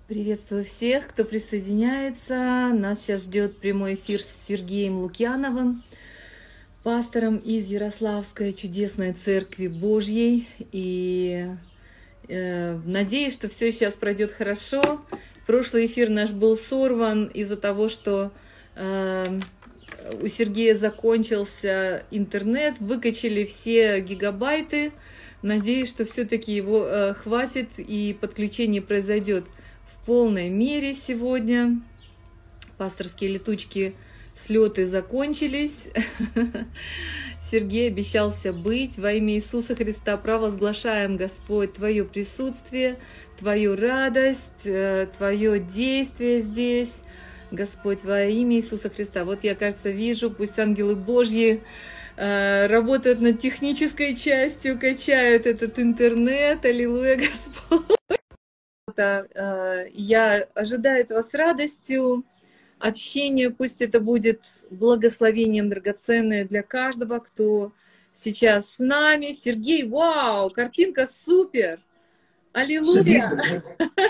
Приветствую всех, кто присоединяется. Нас сейчас ждет прямой эфир с Сергеем Лукьяновым, пастором из Ярославской чудесной церкви Божьей. И надеюсь, что все сейчас пройдет хорошо. Прошлый эфир наш был сорван из-за того, что у Сергея закончился интернет, выкачали все гигабайты. Надеюсь, что все-таки его хватит и подключение произойдет в полной мере сегодня. Пасторские летучки, слеты закончились. Сергей обещался быть. Во имя Иисуса Христа провозглашаем, Господь, Твое присутствие, Твою радость, Твое действие здесь. Господь, во имя Иисуса Христа. Вот я, кажется, вижу, пусть ангелы Божьи работают над технической частью, качают этот интернет. Аллилуйя, Господь. Я ожидаю этого с радостью. Общение, пусть это будет благословением драгоценное для каждого, кто сейчас с нами. Сергей, вау, картинка супер! Аллилуйя!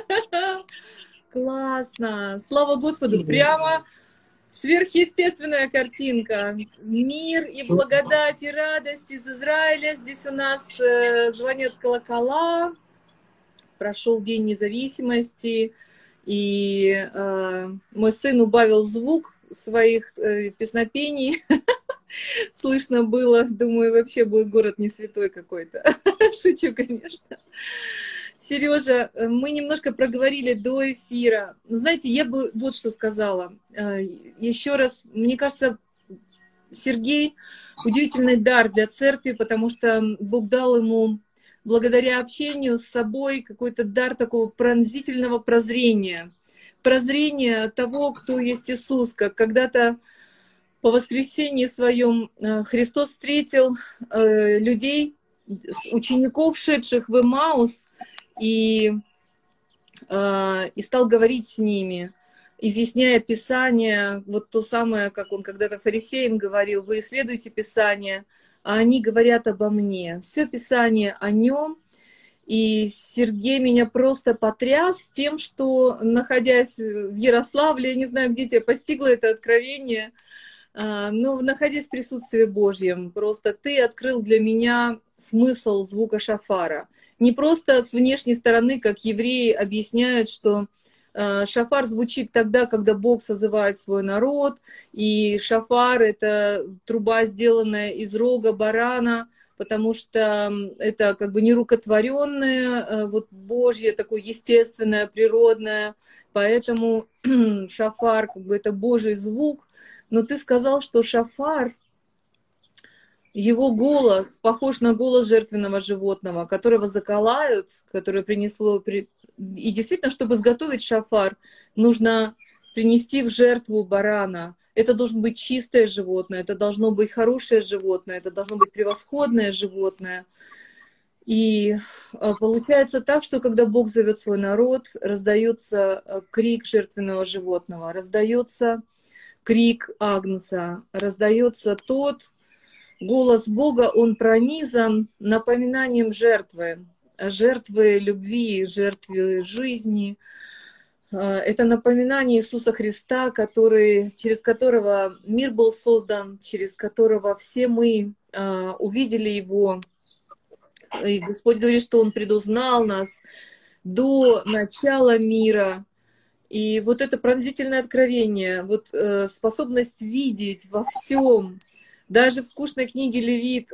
Классно! Слава Господу! Прямо сверхъестественная картинка. Мир и благодать и радость из Израиля. Здесь у нас звонят колокола. Прошел День независимости, и мой сын убавил звук своих песнопений. Слышно было, думаю, вообще будет город не святой какой-то. Шучу, конечно. Сережа, мы немножко проговорили до эфира. Знаете, я бы вот что сказала. Еще раз, мне кажется, Сергей удивительный дар для церкви, потому что Бог дал ему благодаря общению с собой какой-то дар такого пронзительного прозрения. Прозрение того, кто есть Иисус. Как когда-то по воскресенье своем Христос встретил людей, учеников, шедших в Эмаус, и стал говорить с ними, изъясняя Писание, вот то самое, как он когда-то фарисеям говорил: вы исследуйте Писание, а они говорят обо мне. Все Писание о нем. И Сергей меня просто потряс тем, что, находясь в Ярославле, я не знаю, где тебя постигло это откровение, но находясь в присутствии Божьем, просто ты открыл для меня смысл звука шафара. Не просто с внешней стороны, как евреи объясняют, что шафар звучит тогда, когда Бог созывает свой народ, и шафар — это труба, сделанная из рога барана, потому что это как бы нерукотворенное, вот Божье, такое естественное, природное, поэтому шафар как бы это Божий звук. Но ты сказал, что шафар, его голос похож на голос жертвенного животного, которого заколают, которое принесло... И действительно, чтобы изготовить шафар, нужно принести в жертву барана. Это должно быть чистое животное, это должно быть хорошее животное, это должно быть превосходное животное. И получается так, что когда Бог зовет свой народ, раздается крик жертвенного животного, раздается крик агнца, раздается тот голос Бога, он пронизан напоминанием жертвы любви, жертвы жизни. Это напоминание Иисуса Христа, через которого мир был создан, через которого все мы увидели Его. И Господь говорит, что Он предузнал нас до начала мира. И вот это пронзительное откровение, вот способность видеть во всем, даже в скучной книге Левит,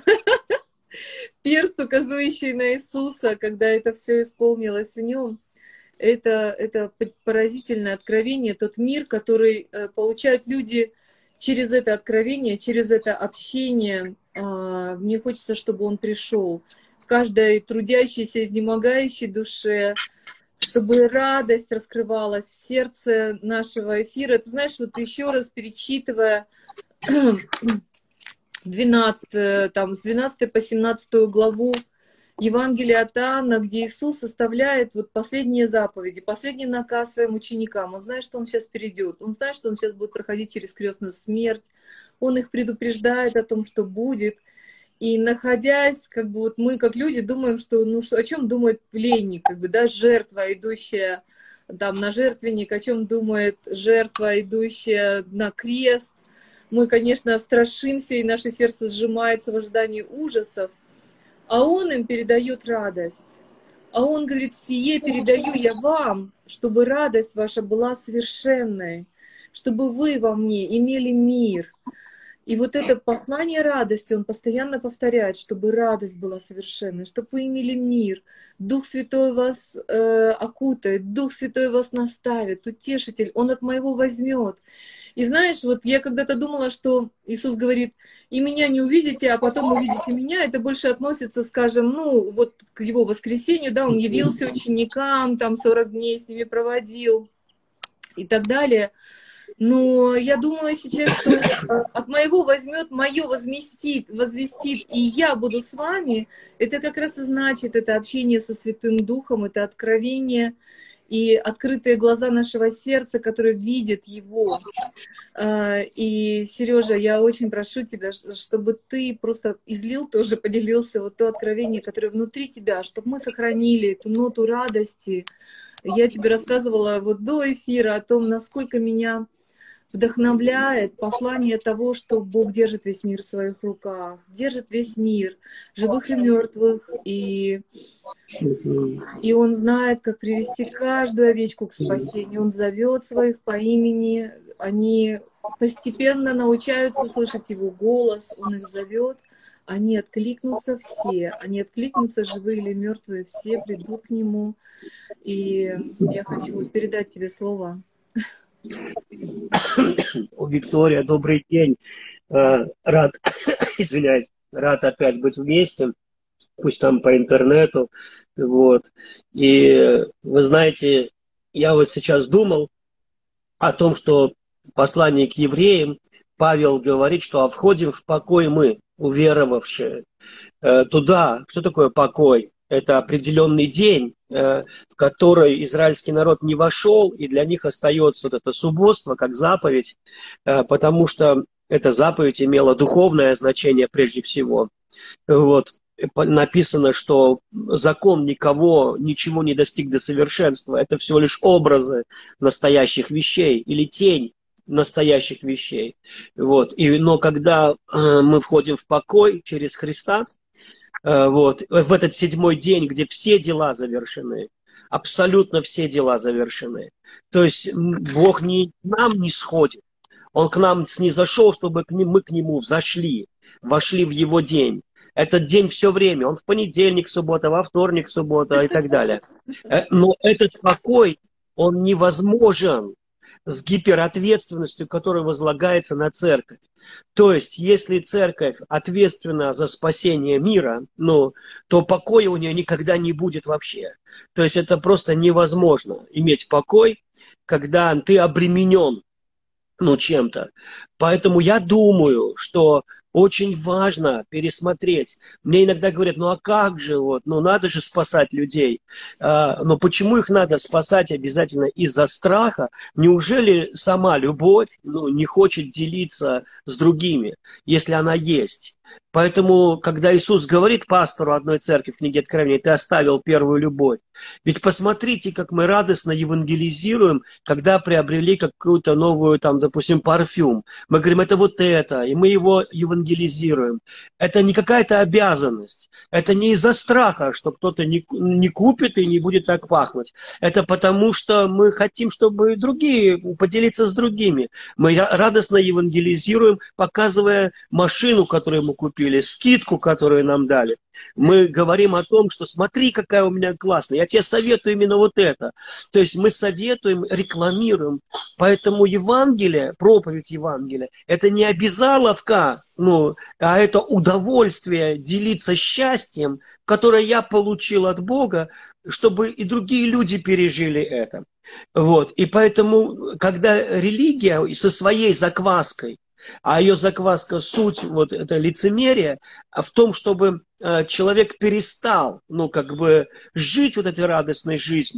перст, указывающий на Иисуса, когда это все исполнилось в Нем. Это поразительное откровение, тот мир, который получают люди через это откровение, через это общение. Мне хочется, чтобы он пришел в каждой трудящейся, изнемогающей душе, чтобы радость раскрывалась в сердце нашего эфира. Ты знаешь, вот еще раз перечитывая 12, там, с 12 по 17 главу Евангелия от Иоанна, где Иисус оставляет вот последние заповеди, последний наказ своим ученикам. Он знает, что Он сейчас перейдет, Он знает, что Он сейчас будет проходить через крестную смерть, Он их предупреждает о том, что будет. И находясь, как бы вот мы, как люди, думаем, что, ну, о чем думает пленник, как бы, да, жертва, идущая там на жертвенник, о чем думает жертва, идущая на крест. Мы, конечно, страшимся, и наше сердце сжимается в ожидании ужасов, а Он им передает радость. А Он говорит: «Сие передаю я вам, чтобы радость ваша была совершенной, чтобы вы во мне имели мир». И вот это послание радости Он постоянно повторяет, чтобы радость была совершенной, чтобы вы имели мир. Дух Святой вас окутает, Дух Святой вас наставит, утешитель, Он от моего возьмет. И знаешь, вот я когда-то думала, что Иисус говорит: «И меня не увидите, а потом увидите меня». Это больше относится, скажем, ну, вот к Его воскресению, да, Он явился ученикам, там 40 дней с ними проводил и так далее. Но я думаю сейчас, что от моего возьмет, мое возвестит, и я буду с вами. Это как раз и значит, это общение со Святым Духом, это откровение и открытые глаза нашего сердца, которые видят Его. И, Сережа, я очень прошу тебя, чтобы ты просто излил тоже, поделился вот то откровение, которое внутри тебя, чтобы мы сохранили эту ноту радости. Я тебе рассказывала вот до эфира о том, насколько меня вдохновляет послание того, что Бог держит весь мир в своих руках, держит весь мир, живых и мертвых, и Он знает, как привести каждую овечку к спасению. Он зовет своих по имени, они постепенно научаются слышать Его голос, Он их зовет, они откликнутся все, они откликнутся, живые или мертвые, все придут к Нему. И я хочу передать тебе слово. Виктория, добрый день. Рад, извиняюсь, рад опять быть вместе, пусть там по интернету. Вот. И вы знаете, я вот сейчас думал о том, что в послании к евреям Павел говорит, что «а входим в покой мы, уверовавшие». Туда, что такое покой? Это определенный день, в который израильский народ не вошел, и для них остается вот это субботство как заповедь, потому что эта заповедь имела духовное значение прежде всего. Вот. Написано, что закон ничего не достиг до совершенства. Это всего лишь образы настоящих вещей или тень настоящих вещей. Вот. Но когда мы входим в покой через Христа, вот, в этот 7-й день, где все дела завершены, абсолютно все дела завершены. То есть Бог к нам не сходит, Он к нам снизошел, чтобы мы к Нему взошли, вошли в Его день. Этот день все время, он в понедельник, суббота, во вторник, суббота и так далее. Но этот покой, он невозможен с гиперответственностью, которая возлагается на церковь. То есть, если церковь ответственна за спасение мира, то покоя у нее никогда не будет вообще. То есть, это просто невозможно иметь покой, когда ты обременен чем-то. Поэтому я думаю, что очень важно пересмотреть. Мне иногда говорят, а как же, надо же спасать людей. Но почему их надо спасать обязательно из-за страха? Неужели сама любовь не хочет делиться с другими, если она есть? Поэтому, когда Иисус говорит пастору одной церкви в книге Откровения, ты оставил первую любовь. Ведь посмотрите, как мы радостно евангелизируем, когда приобрели какую-то новую, допустим, парфюм. Мы говорим, это вот это, и мы его евангелизируем. Это не какая-то обязанность. Это не из-за страха, что кто-то не купит и не будет так пахнуть. Это потому, что мы хотим, чтобы другие, поделиться с другими. Мы радостно евангелизируем, показывая машину, которую мы купили, скидку, которую нам дали. Мы говорим о том, что смотри, какая у меня классная, я тебе советую именно вот это. То есть мы советуем, рекламируем. Поэтому Евангелие, проповедь Евангелия, это не обязаловка, а это удовольствие делиться счастьем, которое я получил от Бога, чтобы и другие люди пережили это. Вот. И поэтому, когда религия со своей закваской, а ее закваска, суть, это лицемерие, в том, чтобы человек перестал, жить этой радостной жизнью,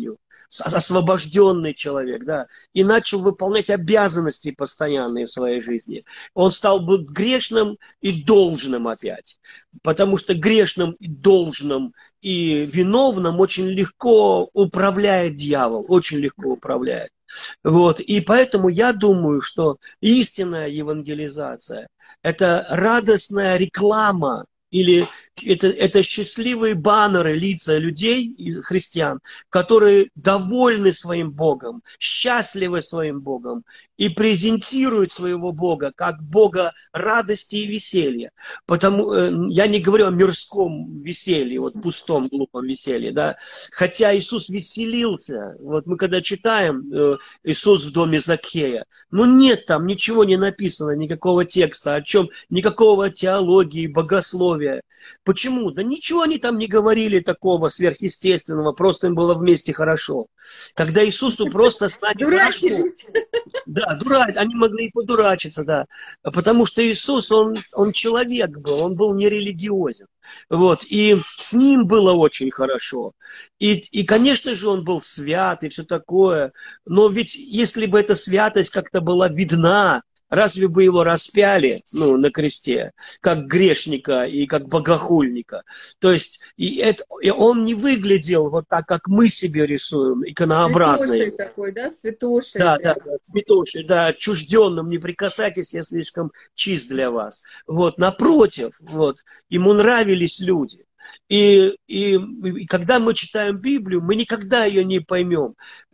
освобожденный человек, да, и начал выполнять обязанности постоянные в своей жизни. Он стал бы грешным и должным опять, потому что грешным и должным и виновным очень легко управляет дьявол, очень легко управляет. Вот. И поэтому я думаю, что истинная евангелизация – это радостная реклама или это счастливые баннеры, лица людей, христиан, которые довольны своим Богом, счастливы своим Богом и презентируют своего Бога как Бога радости и веселья. Потому я не говорю о мирском веселье, вот пустом, глупом веселье, да. Хотя Иисус веселился. Вот мы когда читаем Иисус в доме Закхея, ну нет там ничего не написано, никакого текста, о чем, никакого теологии, богословия. Почему? Да ничего они там не говорили такого сверхъестественного, просто им было вместе хорошо. Когда Иисусу просто с нами хорошо. Да, они могли и подурачиться, да. Потому что Иисус, он человек был, он был нерелигиозен. Вот, и с ним было очень хорошо. И, конечно же, он был свят и все такое. Но ведь если бы эта святость как-то была видна, разве бы его распяли, на кресте, как грешника и как богохульника? То есть и он не выглядел вот так, как мы себе рисуем, иконообразный. Святошей такой, да? Святошей. Да, святошей, да, отчужденным, не прикасайтесь, я слишком чист для вас. Вот, напротив, вот, ему нравились люди. И когда мы читаем Библию, мы никогда ее не поймем,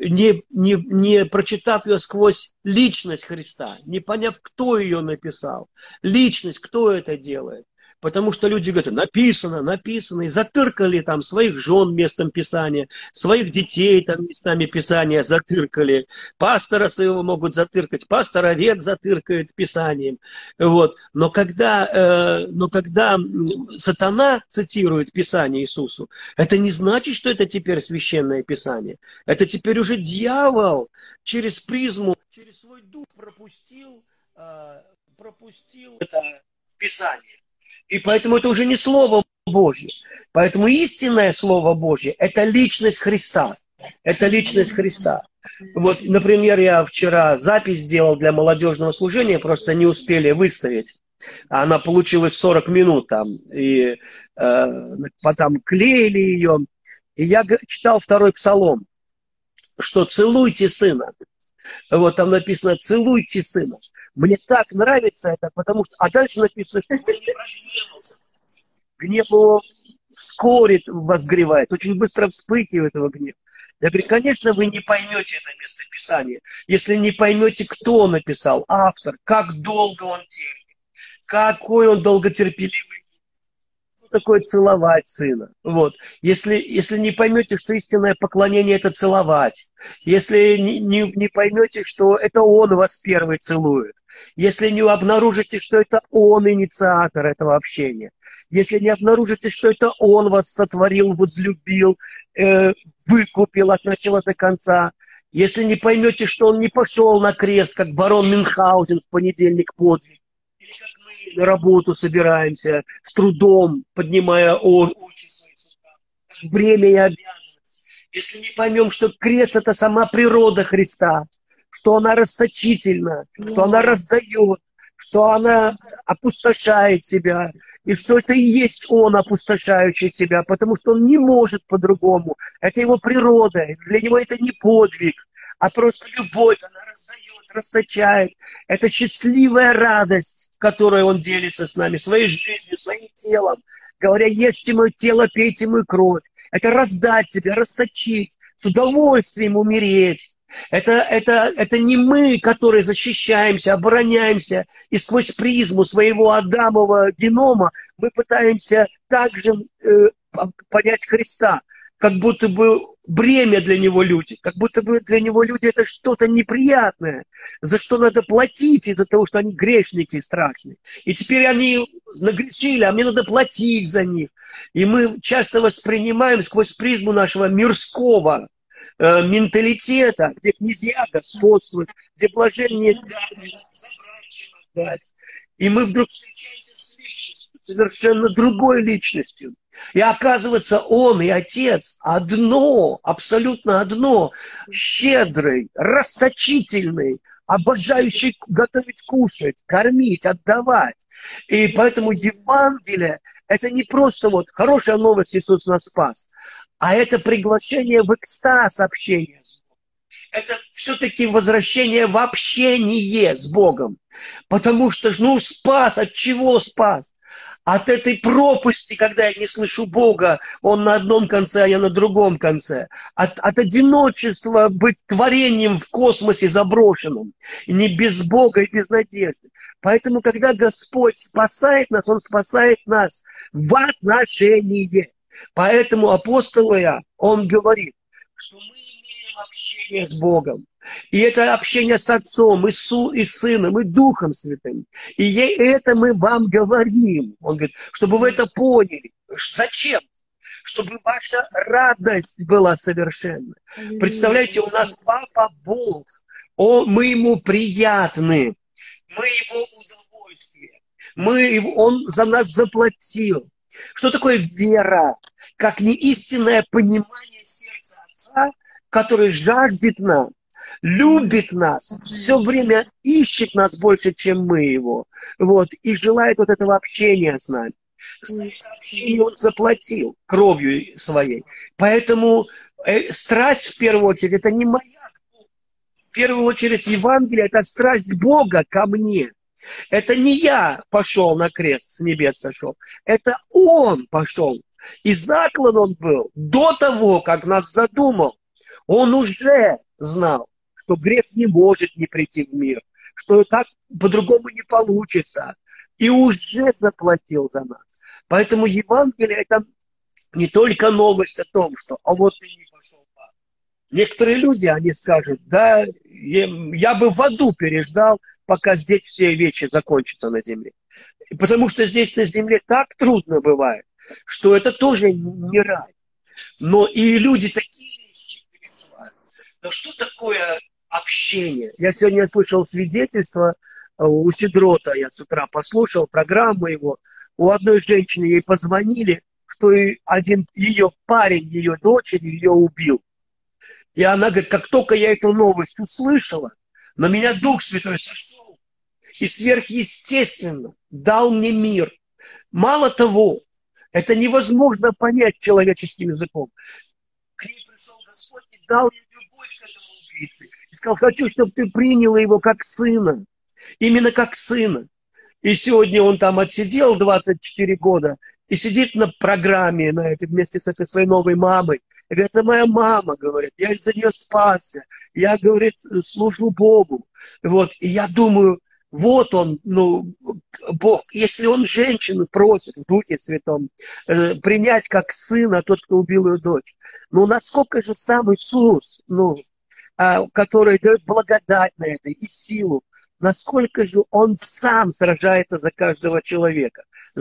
не прочитав ее сквозь личность Христа, не поняв, кто ее написал, личность, кто это делает. Потому что люди говорят, написано, и затыркали там своих жен местом Писания, своих детей там местами Писания затыркали, пастора своего могут затыркать, пастор-овец затыркает Писанием. Вот. Но когда сатана цитирует Писание Иисусу, это не значит, что это теперь священное Писание. Это теперь уже дьявол через призму, через свой дух пропустил это Писание. И поэтому это уже не Слово Божье. Поэтому истинное Слово Божье – это личность Христа. Это личность Христа. Вот, например, я вчера запись сделал для молодежного служения, просто не успели выставить. Она получилась 40 минут там. И потом клеили ее. И я читал 2-й псалом, что «целуйте сына». Вот там написано «целуйте сына». Мне так нравится это, потому что... А дальше написано, что он не разгневался. Гнев его вскоре возгревает, очень быстро вспыхивает его гнев. Я говорю, конечно, вы не поймете это местописание, если не поймете, кто написал, автор, как долго он терпит, какой он долготерпеливый. Что такое целовать сына? Вот. Если не поймете, что истинное поклонение – это целовать, если не поймете, что это он вас первый целует, если не обнаружите, что это он инициатор этого общения, если не обнаружите, что это он вас сотворил, возлюбил, выкупил от начала до конца, если не поймете, что он не пошел на крест, как барон Мюнхгаузен в понедельник подвиг, или как мы на работу собираемся, с трудом поднимая очи свои, бремя и обязанность, если не поймем, что крест – это сама природа Христа, что она расточительна, что она раздает, что она опустошает себя, и что это и есть он, опустошающий себя, потому что он не может по-другому. Это его природа, для него это не подвиг, а просто любовь, она раздает, расточает. Это счастливая радость, которой он делится с нами, своей жизнью, своим телом, говоря, ешьте мое тело, пейте мою кровь. Это раздать себя, расточить, с удовольствием умереть. Это не мы, которые защищаемся, обороняемся, и сквозь призму своего Адамова генома мы пытаемся также понять Христа, как будто бы бремя для него люди, как будто бы для него люди это что-то неприятное, за что надо платить из-за того, что они грешники страшные. И теперь они нагрешили, а мне надо платить за них. И мы часто воспринимаем сквозь призму нашего мирского менталитета, где князья господствуют, где блажение дать. И мы вдруг встречаемся с личностью, совершенно другой личностью, И оказывается, Он и Отец одно, абсолютно одно, щедрый, расточительный, обожающий готовить, кушать, кормить, отдавать. И поэтому Евангелие – это не просто вот хорошая новость, Иисус нас спас, а это приглашение в экстаз общения. Это все-таки возвращение в общение с Богом. Потому что, ну, спас, от чего спас? От этой пропасти, когда я не слышу Бога, Он на одном конце, а я на другом конце. От одиночества быть творением в космосе заброшенном. И не без Бога и без надежды. Поэтому, когда Господь спасает нас, Он спасает нас в отношении. Поэтому апостол Иоанн, он говорит, что мы имеем общение с Богом. И это общение с Отцом, и Сыном, и Духом Святым. И это мы вам говорим. Он говорит, чтобы вы это поняли. Зачем? Чтобы ваша радость была совершенна. Представляете, у нас Папа Бог. Мы Ему приятны. Мы Его удовольствие. Он за нас заплатил. Что такое вера? Как не истинное понимание сердца Отца, который жаждет нас, любит нас, все время ищет нас больше, чем мы его. Вот, и желает вот этого общения с нами. За это общение Он заплатил кровью своей. Поэтому страсть, в первую очередь, это не моя. В первую очередь, Евангелие – это страсть Бога ко мне. Это не я пошел на крест, с небес сошел. Это Он пошел. И заклан Он был до того, как нас задумал. Он уже знал, что грех не может не прийти в мир, что так по-другому не получится. И уже заплатил за нас. Поэтому Евангелие – это не только новость о том, что «а вот ты не пошел». Некоторые люди, они скажут, да, я бы в аду переждал, пока здесь все вещи закончатся на земле. Потому что здесь на земле так трудно бывает, что это тоже не рай. Но и люди такие вещи переживают. Но что такое общение? Я сегодня слышал свидетельство у Сидрота, я с утра послушал программу его. У одной женщины ей позвонили, что один ее парень, ее дочери, ее убил. И она говорит, как только я эту новость услышала, на меня Дух Святой сошел и сверхъестественно дал мне мир. Мало того, это невозможно понять человеческим языком. К ней пришел Господь и дал ей любовь к этому убийце. И сказал, хочу, чтобы ты приняла его как сына. Именно как сына. И сегодня он там отсидел 24 года и сидит на программе вместе с этой своей новой мамой. И говорит, это моя мама, говорит, я из-за нее спасся. Я, говорит, служу Богу. Вот, и я думаю, вот он, Бог, если он женщину просит в Духе Святом принять как сына тот, кто убил ее дочь, насколько же сам Иисус, который дает благодать на это и силу, насколько же он сам сражается за каждого человека,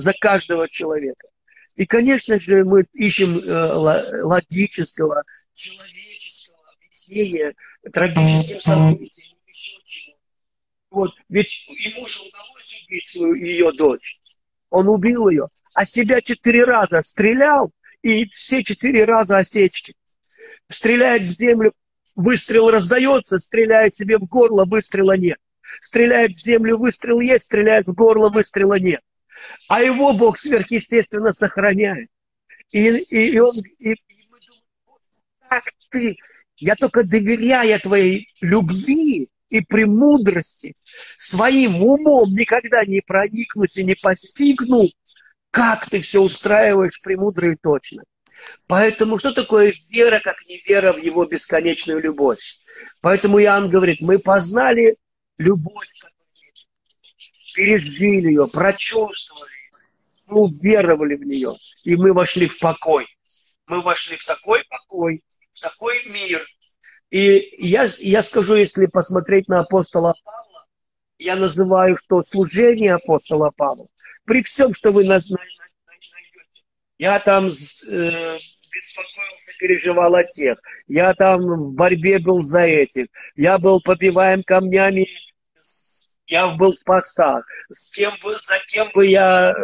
И, конечно же, мы ищем логического, человеческого объяснения трагическим событиям. Вот, ведь ему же удалось убить ее дочь. Он убил ее, а себя 4 раза стрелял, и все 4 раза осечки. Стреляет в землю, выстрел раздается, стреляет себе в горло, выстрела нет. Стреляет в землю, выстрел есть, стреляет в горло, выстрела нет. А его Бог сверхъестественно сохраняет. И мы думаем, как ты, я только доверяя твоей любви и премудрости, своим умом никогда не проникнусь и не постигну, как ты все устраиваешь премудро и точно. Поэтому что такое вера, как не вера в его бесконечную любовь? Поэтому Иоанн говорит, мы познали любовь, пережили ее, прочувствовали, мы уверовали в нее, и мы вошли в покой. Мы вошли в такой покой, в такой мир. И я скажу, если посмотреть на апостола Павла, я называю, что служение апостола Павла, при всем, что вы найдете, я там беспокоился, переживал о тех, я там в борьбе был за этих, я был побиваем камнями я был в постах, за кем бы я,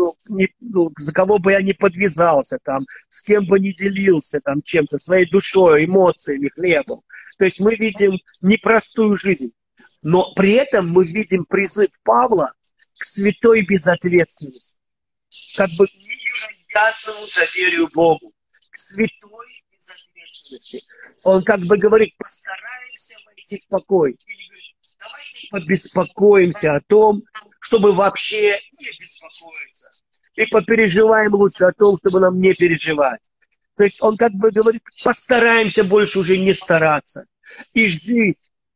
за кого бы я не подвязался, там, с кем бы не делился там, чем-то, своей душой, эмоциями, хлебом. То есть мы видим непростую жизнь, но при этом мы видим призыв Павла к святой безответственности, как бы к невероятному доверию Богу, к святой безответственности. Он как бы говорит, постараемся войти в покой. Или говорит, давайте побеспокоимся о том, чтобы вообще не беспокоиться. И попереживаем лучше о том, чтобы нам не переживать. То есть он как бы говорит, постараемся больше уже не стараться. И жить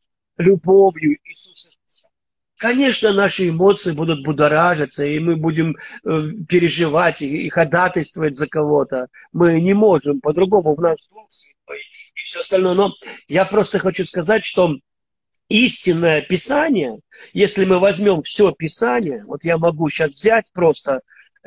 любовью Иисуса Христа. Конечно, наши эмоции будут будоражиться, и мы будем переживать и ходатайствовать за кого-то. Мы не можем по-другому, в нас Дух Святой и все остальное. Но я просто хочу сказать, что истинное Писание, если мы возьмем все Писание, вот я могу сейчас взять просто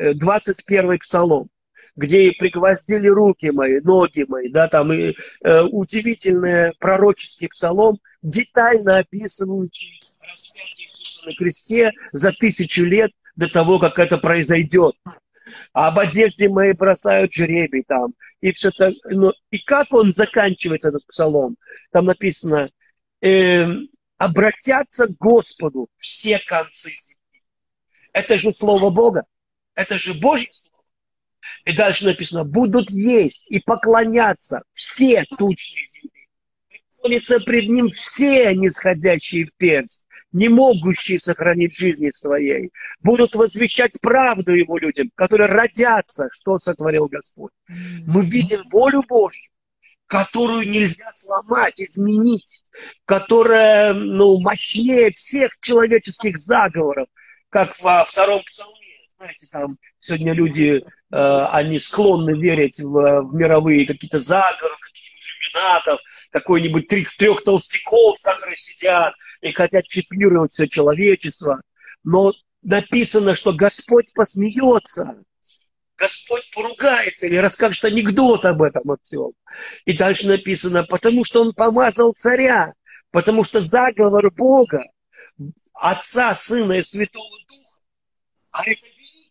21-й Псалом, где и пригвоздили руки мои, ноги мои, да, там и удивительный пророческий псалом, детально описывающий распятие Иисуса на кресте за 1000 лет до того, как это произойдет. А об одежде моей бросают жребий там, и все так. Ну, и как он заканчивает этот псалом? Там написано, обратятся к Господу все концы земли. Это же слово Бога, это же Божье слово. И дальше написано, будут есть и поклоняться все тучные земли. Преклонятся пред ним все нисходящие в персть, не могущие сохранить жизни своей. Будут возвещать правду его людям, которые родятся, что сотворил Господь. Мы видим волю Божью, которую нельзя сломать, изменить, которая мощнее всех человеческих заговоров, как во втором псалме. Знаете, там сегодня люди, они склонны верить в мировые какие-то заговоры, каких-нибудь иллюминатов, какой-нибудь трех толстяков, которые сидят и хотят чипировать все человечество. Но написано, что Господь посмеется, Господь поругается или расскажет анекдот об этом во всем. И дальше написано, потому что Он помазал царя, потому что заговор Бога, Отца, Сына и Святого Духа, а это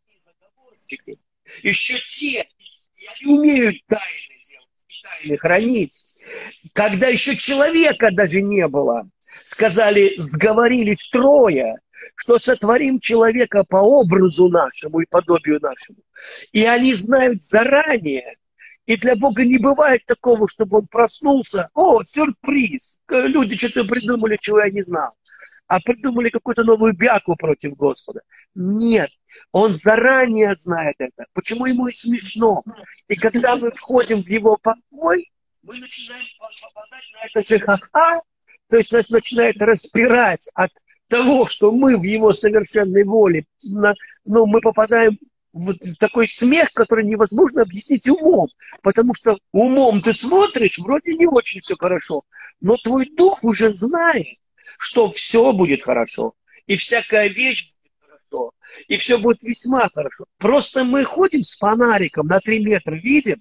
еще те, они умеют тайны делать, тайны хранить. Когда еще человека даже не было, сказали, сговорились трое, что сотворим человека по образу нашему и подобию нашему. И они знают заранее. И для Бога не бывает такого, чтобы он проснулся. О, сюрприз! Люди что-то придумали, чего я не знал. А придумали какую-то новую бяку против Господа. Нет. Он заранее знает это. Почему ему и смешно? И когда мы входим в его покой, мы начинаем попадать на это же ха-ха, то есть нас начинает распирать от того, что мы в его совершенной воле, мы попадаем в такой смех, который невозможно объяснить умом, потому что умом ты смотришь, вроде не очень все хорошо, но твой дух уже знает, что все будет хорошо, и всякая вещь будет хорошо, и все будет весьма хорошо. Просто мы ходим с фонариком на 3 метра, видим,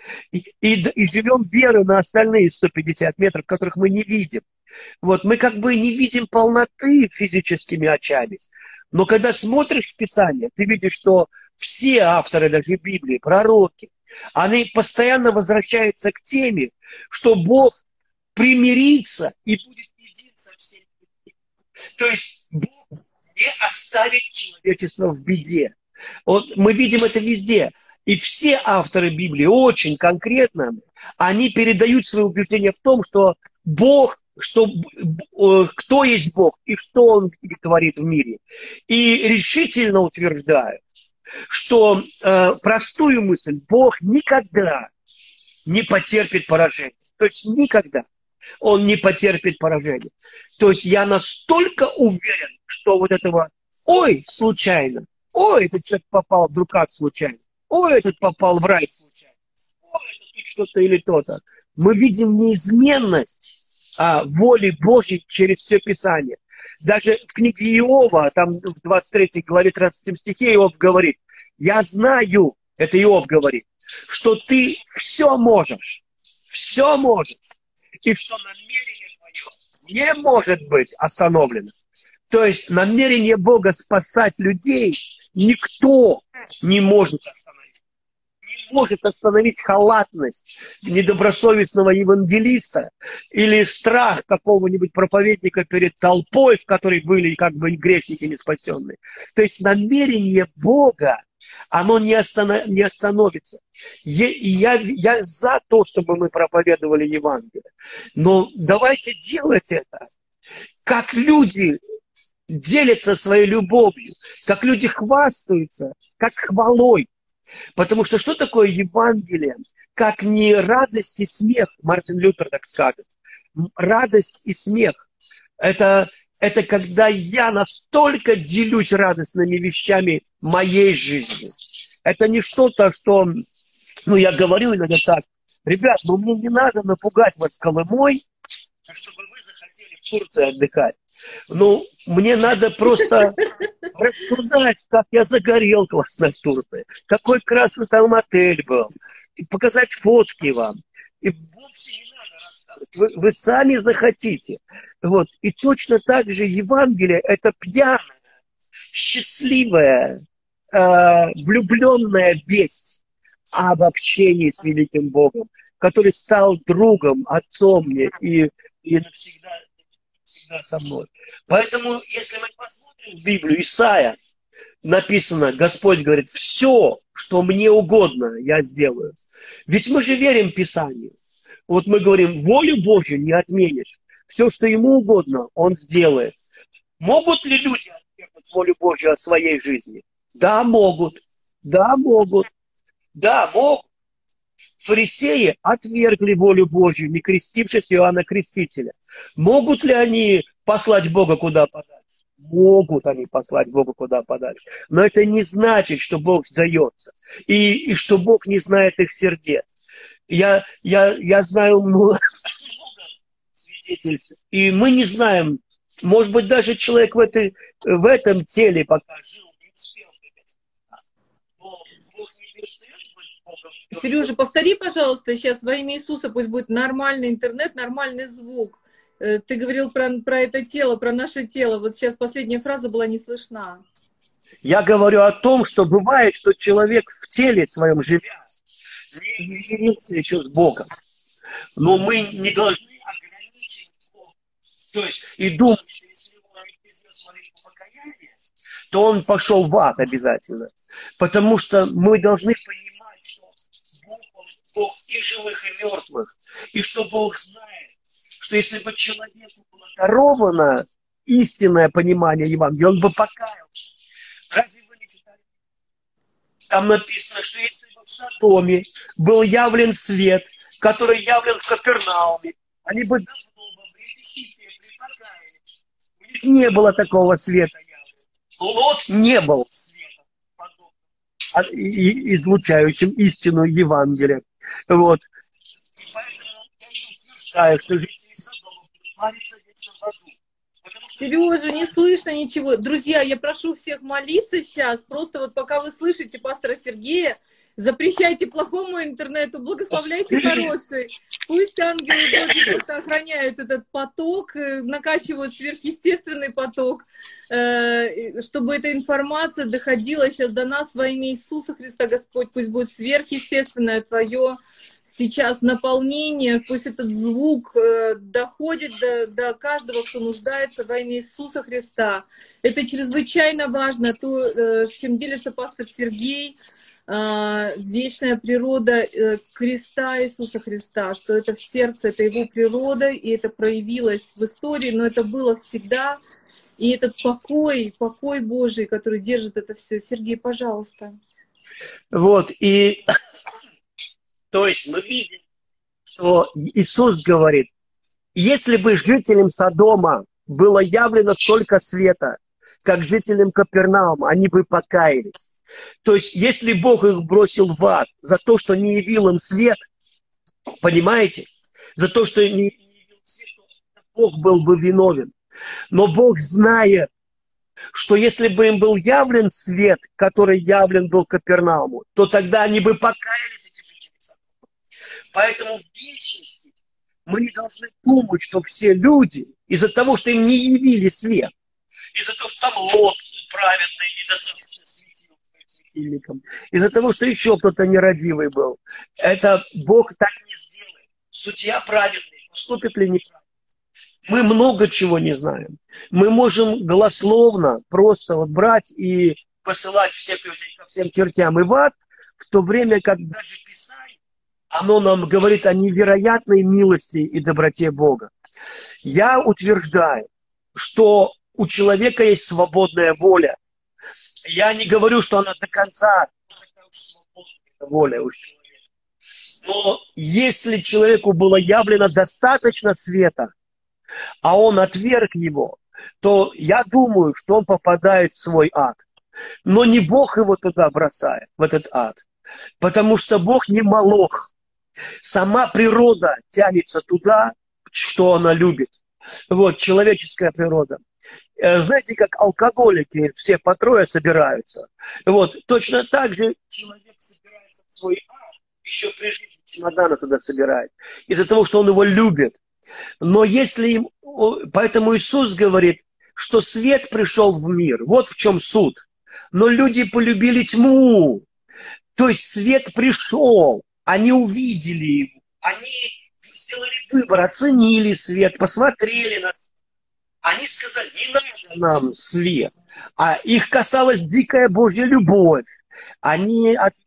и живем верой на остальные 150 метров, которых мы не видим. Вот, мы как бы не видим полноты физическими очами. Но когда смотришь в Писание, ты видишь, что все авторы даже Библии, пророки, они постоянно возвращаются к теме, что Бог примирится и будет един со всеми людьми. То есть Бог не оставит человечество в беде. Вот мы видим это везде. И все авторы Библии очень конкретно, они передают свои убеждения в том, что Бог, кто есть Бог и что Он творит в мире. И решительно утверждают, что простую мысль, Бог никогда не потерпит поражения. То есть никогда Он не потерпит поражения. То есть я настолько уверен, что вот этого, ой, случайно, ой, этот человек попал вдруг как случайно, ой, этот попал в рай случайно, ой, это тут что-то или то-то. Мы видим неизменность воли Божьей через все Писание. Даже в книге Иова, там в 23 главе 13 стихе Иов говорит, я знаю, это Иов говорит, что ты все можешь, и что намерение твое не может быть остановлено. То есть намерение Бога спасать людей никто не может остановить. Не может остановить халатность недобросовестного евангелиста или страх какого-нибудь проповедника перед толпой, в которой были как бы грешники неспасенные. То есть намерение Бога, оно не остановится. Я за то, чтобы мы проповедовали Евангелие. Но давайте делать это, как люди делятся своей любовью, как люди хвастаются, как хвалой. Потому что такое Евангелие, как не радость и смех, Мартин Лютер так скажет. Радость и смех. Это когда я настолько делюсь радостными вещами моей жизни. Это не что-то, что, я говорю иногда так, ребят, мне не надо напугать вас Колымой, чтобы вы захотели в Турции отдыхать. Мне надо просто рассказать, как я загорел классно в Турции, какой красный там отель был, и показать фотки вам. И вовсе не надо рассказывать. Вы сами захотите. И точно так же Евангелие – это пьяная, счастливая, влюбленная весть об общении с великим Богом, который стал другом, отцом мне и навсегда со мной. Поэтому, если мы посмотрим в Библию, Исайя, написано, Господь говорит, все, что мне угодно, я сделаю. Ведь мы же верим Писанию. Мы говорим, волю Божью не отменишь. Все, что ему угодно, он сделает. Могут ли люди отвергнуть волю Божью от своей жизни? Да, могут. Да, могут. Да, могут. Фарисеи отвергли волю Божью, не крестившись Иоанна Крестителя. Могут ли они послать Бога куда подальше? Могут они послать Бога куда подальше. Но это не значит, что Бог сдается. И что Бог не знает их сердец. Я знаю много свидетельств. И мы не знаем, может быть, даже человек в этом теле пока жил, не успел. Но Бог не перестает быть Богом. Сережа, повтори, пожалуйста, сейчас во имя Иисуса, пусть будет нормальный интернет, нормальный звук. Ты говорил про это тело, про наше тело. Вот сейчас последняя фраза была не слышна. Я говорю о том, что бывает, что человек в теле своем живя, не единится еще с Богом. Но мы не должны ограничить Бога. То есть и думать, что если он изменил свое покаяние, то он пошел в ад обязательно. Потому что мы должны понимать, что Бог и живых, и мертвых. И что Бог знает, что если бы человеку было даровано истинное понимание Евангелия, он бы покаялся. Разве вы не читали? Там написано, что если бы в Содоме был явлен свет, который явлен в Капернауме, они бы давно в эти хитрые припокаялись. У них не было такого света явлен. Лот не был светом, излучающим истину Евангелия. И поэтому я не утверждаю, что жители Содома будут париться вечно в аду. Сережа, не слышно ничего. Друзья, я прошу всех молиться сейчас. Просто пока вы слышите пастора Сергея, запрещайте плохому интернету, благословляйте хороший. Пусть ангелы Божьи просто охраняют этот поток, накачивают сверхъестественный поток, чтобы эта информация доходила сейчас до нас во имя Иисуса Христа, Господь. Пусть будет сверхъестественное Твое сейчас наполнение, пусть этот звук доходит до каждого, кто нуждается во имя Иисуса Христа. Это чрезвычайно важно, то, с чем делится пастор Сергей, вечная природа креста Иисуса Христа, что это в сердце, это его природа, и это проявилось в истории, но это было всегда. И этот покой Божий, который держит это все. Сергей, пожалуйста. И то есть мы видим, что Иисус говорит, если бы жителям Содома было явлено столько света, как жителям Капернаума, они бы покаялись. То есть если Бог их бросил в ад за то, что не явил им свет, понимаете, за то, что не явил свет, то Бог был бы виновен. Но Бог знает, что если бы им был явлен свет, который явлен был Капернауму, то тогда они бы покаялись, эти жители Содома. Поэтому в вечности мы не должны думать, что все люди, из-за того, что им не явили свет, из-за того, что там Лот праведный и достаточно светил светильником, из-за того, что еще кто-то нерадивый был. Это Бог так не сделает. Судья праведный, поступит ли неправильно? Мы много чего не знаем. Мы можем голословно просто вот брать и посылать всех людей ко всем чертям и в ад, в то время как даже Писание, оно нам говорит о невероятной милости и доброте Бога. Я утверждаю, что у человека есть свободная воля. Я не говорю, что она до конца свободная воля у человека. Но если человеку было явлено достаточно света, а он отверг его, то я думаю, что он попадает в свой ад. Но не Бог его туда бросает, в этот ад. Потому что Бог не молох. Сама природа тянется туда, что она любит. Вот, человеческая природа. Знаете, как алкоголики все по трое собираются. Вот, точно так же человек собирается в свой ад, еще при жизни чемодана туда собирает. Из-за того, что он его любит. Но если им... Поэтому Иисус говорит, что свет пришел в мир. Вот в чем суд. Но люди полюбили тьму. То есть свет пришел. Они увидели его. Они сделали выбор, оценили свет, посмотрели на свет. Они сказали, не надо нам свет. А их касалась дикая Божья любовь. Они отвергли.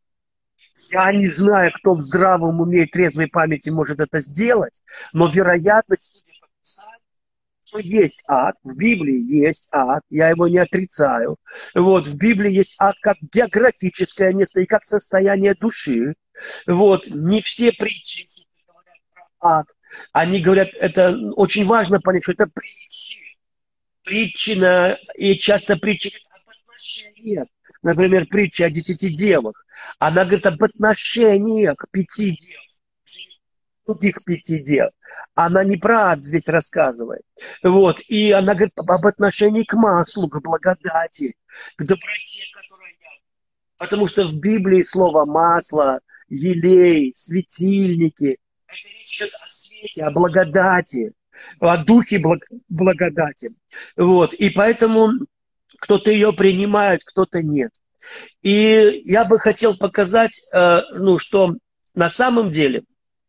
Я не знаю, кто в здравом уме и трезвой памяти может это сделать, но вероятность, судя по Писанию, что есть ад, в Библии есть ад, я его не отрицаю. Вот, в Библии есть ад как географическое место и как состояние души. Вот, не все притчи говорят про ад. Они говорят, это очень важно понять, что это притчи. Притчи, и часто притчи об отношениях. Например, притча о 10 девах. Она говорит об отношениях 5 дев, других 5 дев. Она не про ад здесь рассказывает. Вот. И она говорит об отношении к маслу, к благодати, к доброте, которая есть. Потому что в Библии слово масло, елей, светильники, это речь идет о свете, о благодати, о духе благодати. Вот. И поэтому кто-то ее принимает, кто-то нет. И я бы хотел показать, что на самом деле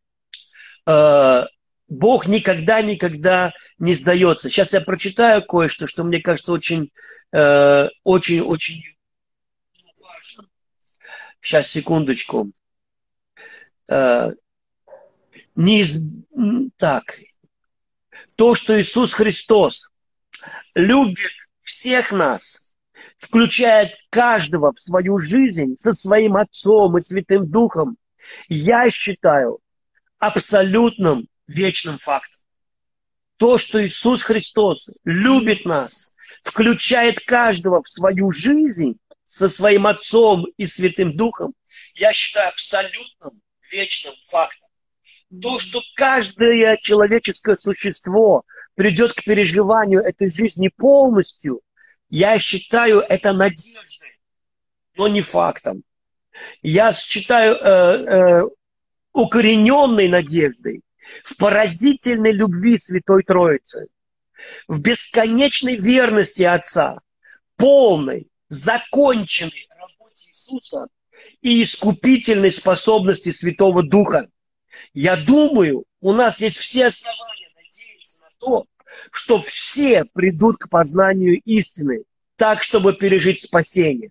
Бог никогда не сдается. Сейчас я прочитаю кое-что, что мне кажется очень важно. Сейчас, секундочку. Так. То, что Иисус Христос любит всех нас, включает каждого в свою жизнь со своим Отцом и Святым Духом, я считаю абсолютным вечным фактом. То, что Иисус Христос любит нас, включает каждого в свою жизнь со своим Отцом и Святым Духом, я считаю абсолютным вечным фактом. То, что каждое человеческое существо придет к переживанию этой жизни полностью, я считаю это надеждой, но не фактом. Я считаю укорененной надеждой в поразительной любви Святой Троицы, в бесконечной верности Отца, полной, законченной работе Иисуса и искупительной способности Святого Духа. Я думаю, у нас есть все основания надеяться на то, что все придут к познанию истины, так, чтобы пережить спасение.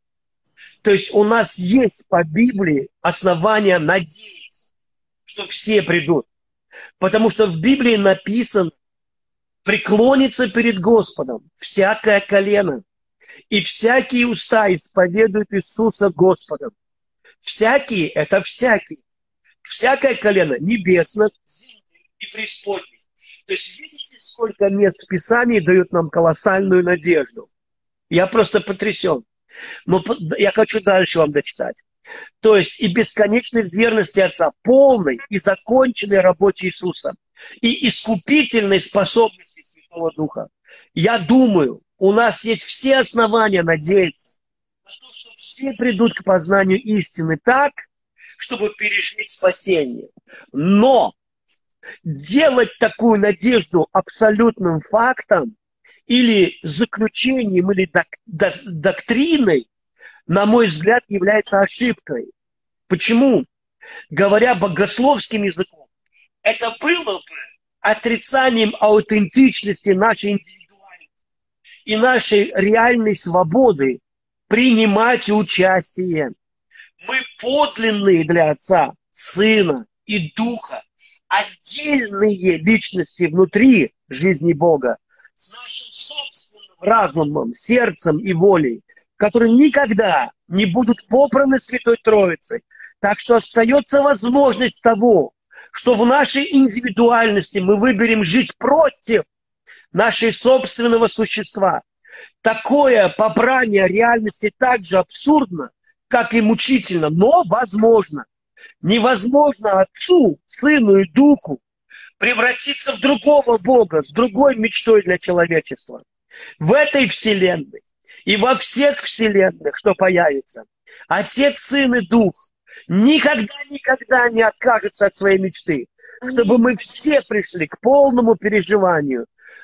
То есть у нас есть по Библии основания надеяться, что все придут. Потому что в Библии написано, преклонится перед Господом всякое колено, и всякие уста исповедуют Иисуса Господом. Всякие – это всякие. Всякое колено небесное, земное и преисподнее. То есть видите, сколько мест в Писании дают нам колоссальную надежду. Я просто потрясен. Но я хочу дальше вам дочитать. То есть и бесконечной верности Отца, полной и законченной работе Иисуса, и искупительной способности Святого Духа. Я думаю, у нас есть все основания надеяться на то, что все придут к познанию истины так, чтобы пережить спасение. Но делать такую надежду абсолютным фактом или заключением, или доктриной, на мой взгляд, является ошибкой. Почему? Говоря богословским языком, это было бы отрицанием аутентичности нашей индивидуальности и нашей реальной свободы принимать участие. Мы подлинные для Отца, Сына и Духа, отдельные личности внутри жизни Бога, с нашим собственным разумом, сердцем и волей, которые никогда не будут попраны Святой Троицей. Так что остается возможность того, что в нашей индивидуальности мы выберем жить против нашего собственного существа. Такое попрание реальности так же абсурдно, как и мучительно, но возможно. Невозможно Отцу, Сыну и Духу превратиться в другого Бога, с другой мечтой для человечества. В этой вселенной и во всех вселенных, что появится, Отец, Сын и Дух никогда не откажутся от своей мечты, чтобы мы все пришли к полному переживанию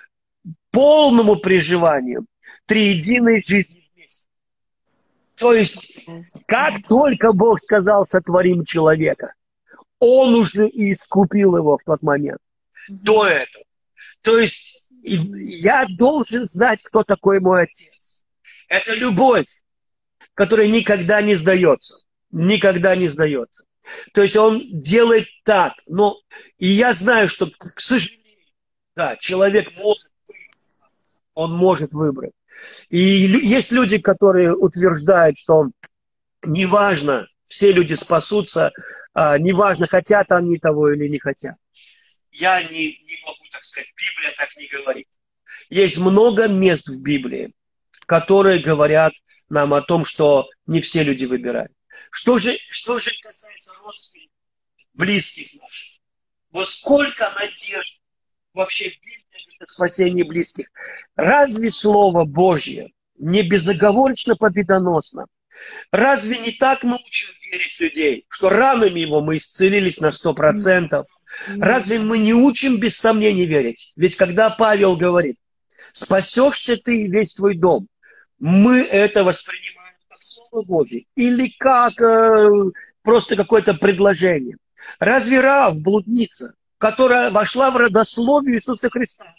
триединой жизни вместе. То есть, как только Бог сказал «сотворим человека», Он уже и искупил его в тот момент, до этого. То есть, я должен знать, кто такой мой Отец. Это любовь, которая никогда не сдается. Никогда не сдается. То есть он делает так. Но и я знаю, что, к сожалению, да, человек может выбрать. И есть люди, которые утверждают, что неважно, все люди спасутся, неважно, хотят они того или не хотят. Я не могу так сказать, Библия так не говорит. Есть много мест в Библии, которые говорят нам о том, что не все люди выбирают. Что же касается родственников, близких наших? Вот сколько надежд вообще в Библии на спасение близких. Разве Слово Божье не безоговорочно победоносно? Разве не так мы учим верить людей, что ранами его мы исцелились на 100%? Разве мы не учим без сомнений верить? Ведь когда Павел говорит, спасешься ты и весь твой дом, мы это воспринимаем как Слово Божье или как просто какое-то предложение. Разве Раав, блудница, которая вошла в родословие Иисуса Христа,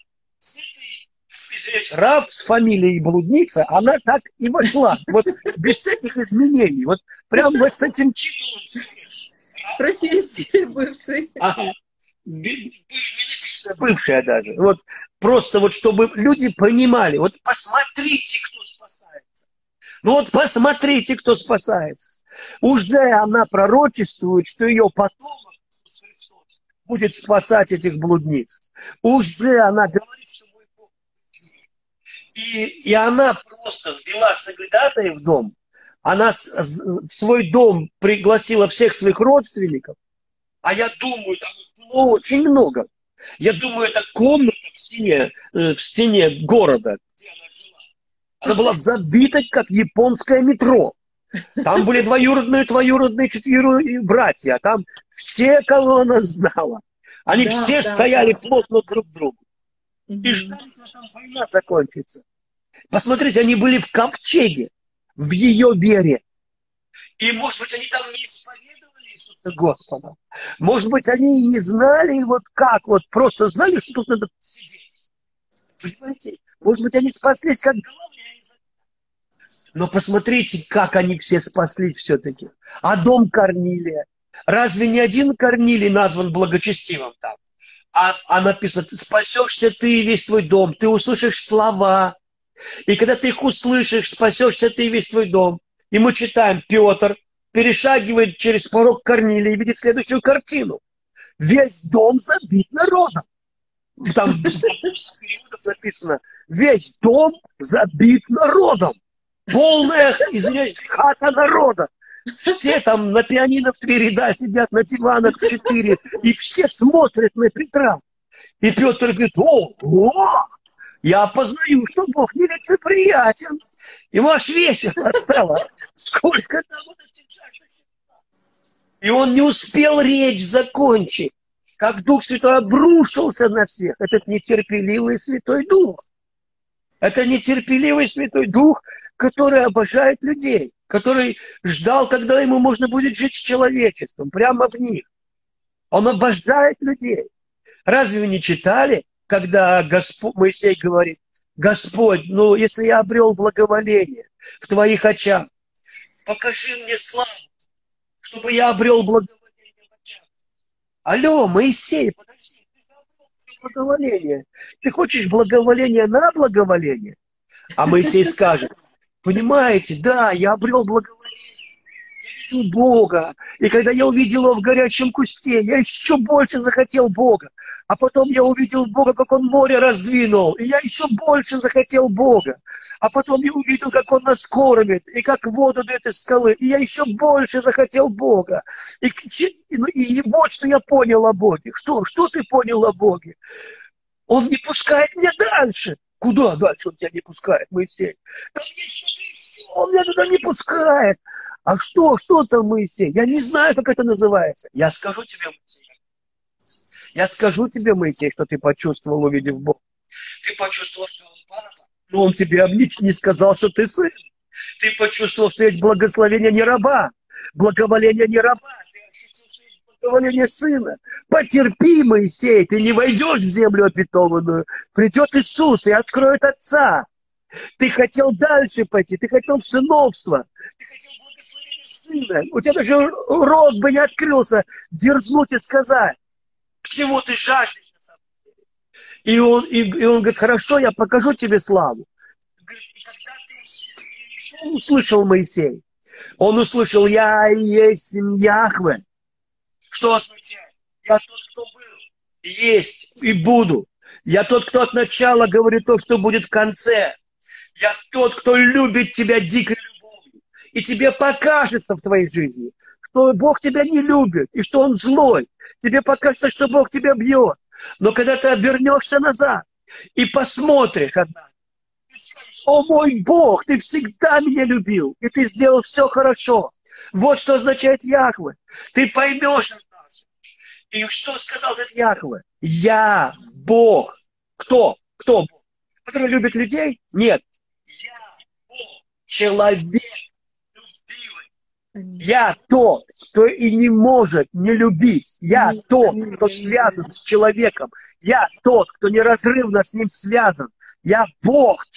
Раав с фамилией блудница, она так и вошла, вот без всяких изменений, вот прям вот с этим титулом. С профессией бывшей. Ага. Бывшая даже. Вот просто вот чтобы люди понимали, вот посмотрите, кто спасается. Ну вот посмотрите, кто спасается. Уже она пророчествует, что ее потомок будет спасать этих блудниц. Уже она говорит, что мой Бог. И она просто ввела соглядатая в дом. Она в свой дом пригласила всех своих родственников. А я думаю, там их было очень много. Я думаю, это комната в стене города, где она жила. Она была забита, как японское метро. Там были двоюродные, четверо братья. Там все, кого она знала. Они все стояли плотно друг к другу. И ждали, когда там война закончится. Посмотрите, они были в ковчеге, в ее вере. И, может быть, они там не исповедовали Иисуса Господа. Может быть, они не знали, вот как, вот просто знали, что тут надо сидеть. Понимаете? Может быть, они спаслись как головня. Но посмотрите, как они все спаслись все-таки. А дом Корнилия? Разве не один Корнилий назван благочестивым там? А написано, спасешься ты и весь твой дом. Ты услышишь слова. И когда ты их услышишь, спасешься ты и весь твой дом. И мы читаем, Петр перешагивает через порог Корнилия и видит следующую картину. Весь дом забит народом. Там в периодах написано, весь дом забит народом. Полная, извиняюсь, хата народа. Все там на пианино в 3 ряда сидят, на диванах в 4, и все смотрят на Петра. И Петр говорит, о, я познаю, что Бог нелицеприятен. Ему аж весело стало. Сколько там вот этих жаждущих. И он не успел речь закончить, как Дух Святой обрушился на всех. Этот нетерпеливый Святой Дух. Это нетерпеливый Святой Дух, который обожает людей, который ждал, когда ему можно будет жить с человечеством, прямо в них. Он обожает людей. Разве вы не читали, когда Моисей говорит: Господь, ну, если я обрел благоволение в твоих очах, покажи мне славу, чтобы я обрел благоволение в очах. Алло, Моисей, подожди, ты обрел благоволение. Ты хочешь благоволение на благоволение? А Моисей скажет: понимаете, да, я обрел благоволение. Я видел Бога. И когда я увидел его в горячем кусте, я еще больше захотел Бога. А потом я увидел Бога, как Он море раздвинул. И я еще больше захотел Бога. А потом я увидел, как Он нас кормит. И как воду дает из скалы. И я еще больше захотел Бога. И вот что я понял о Боге. Что ты понял о Боге? Он не пускает меня дальше. Куда дальше Он тебя не пускает, Моисей? Там есть что-то еще. Он меня туда не пускает. А что там, Моисей? Я не знаю, как это называется. Я скажу тебе, Моисей, что ты почувствовал, увидев Бога. Ты почувствовал, что Он папа, но Он тебе не сказал, что ты сын. Ты почувствовал, что есть благословение не раба, благоволение не раба. Ты ощутил, что есть благоволение сына. Потерпи, Моисей, ты не войдешь в землю обетованную. Придет Иисус и откроет Отца. Ты хотел дальше пойти, ты хотел в сыновство, ты хотел благословения сына. У тебя даже рот бы не открылся дерзнуть и сказать, к чему ты жаждешь на самом деле. И он говорит: хорошо, я покажу тебе славу. Говорит, и когда что услышал Моисей? Он услышал: я и есть Яхве. Что означает? Я тот, кто был, есть и буду. Я тот, кто от начала говорит то, что будет в конце. Я тот, кто любит тебя дикой любовью. И тебе покажется в твоей жизни, что Бог тебя не любит, и что Он злой. Тебе покажется, что Бог тебя бьет. Но когда ты обернешься назад и посмотришь однажды, ты скажешь: о мой Бог, ты всегда меня любил, и ты сделал все хорошо. Вот что означает Яхве. Ты поймешь однажды. И что сказал этот Яхве? Я Бог. Кто? Кто Бог? Который любит людей? Нет. Я Бог, человек любивый. Я тот, кто и не может не любить. Я тот, кто связан с человеком. Я тот, кто неразрывно с ним связан. Я Бог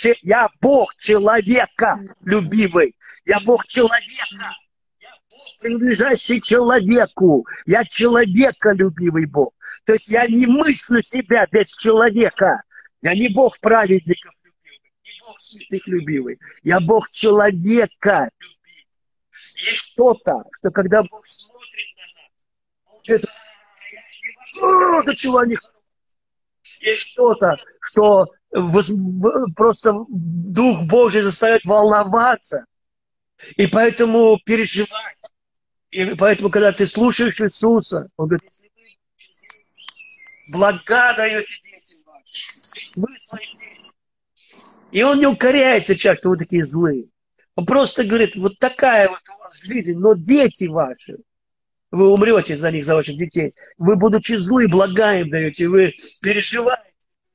человека любивый. Я Бог человека. Я Бог, принадлежащий человеку. Я человека любивый Бог. То есть я не мыслю себя без человека. Я не Бог праведников. Бог святых любивый. Я Бог человека любивый. Есть что-то, что когда Бог смотрит на нас, Он говорит: я не могу, до чего они хорошие. Есть что-то, что просто Дух Божий заставляет волноваться. И поэтому переживать. И поэтому, когда ты слушаешь Иисуса, Он говорит: если вы блага даете детям вашим, вы своим детям. И Он не укоряет сейчас, что вы такие злые. Он просто говорит: вот такая вот у вас жизнь, но дети ваши, вы умрете за них, за ваших детей. Вы, будучи злы, блага им даете, вы переживаете.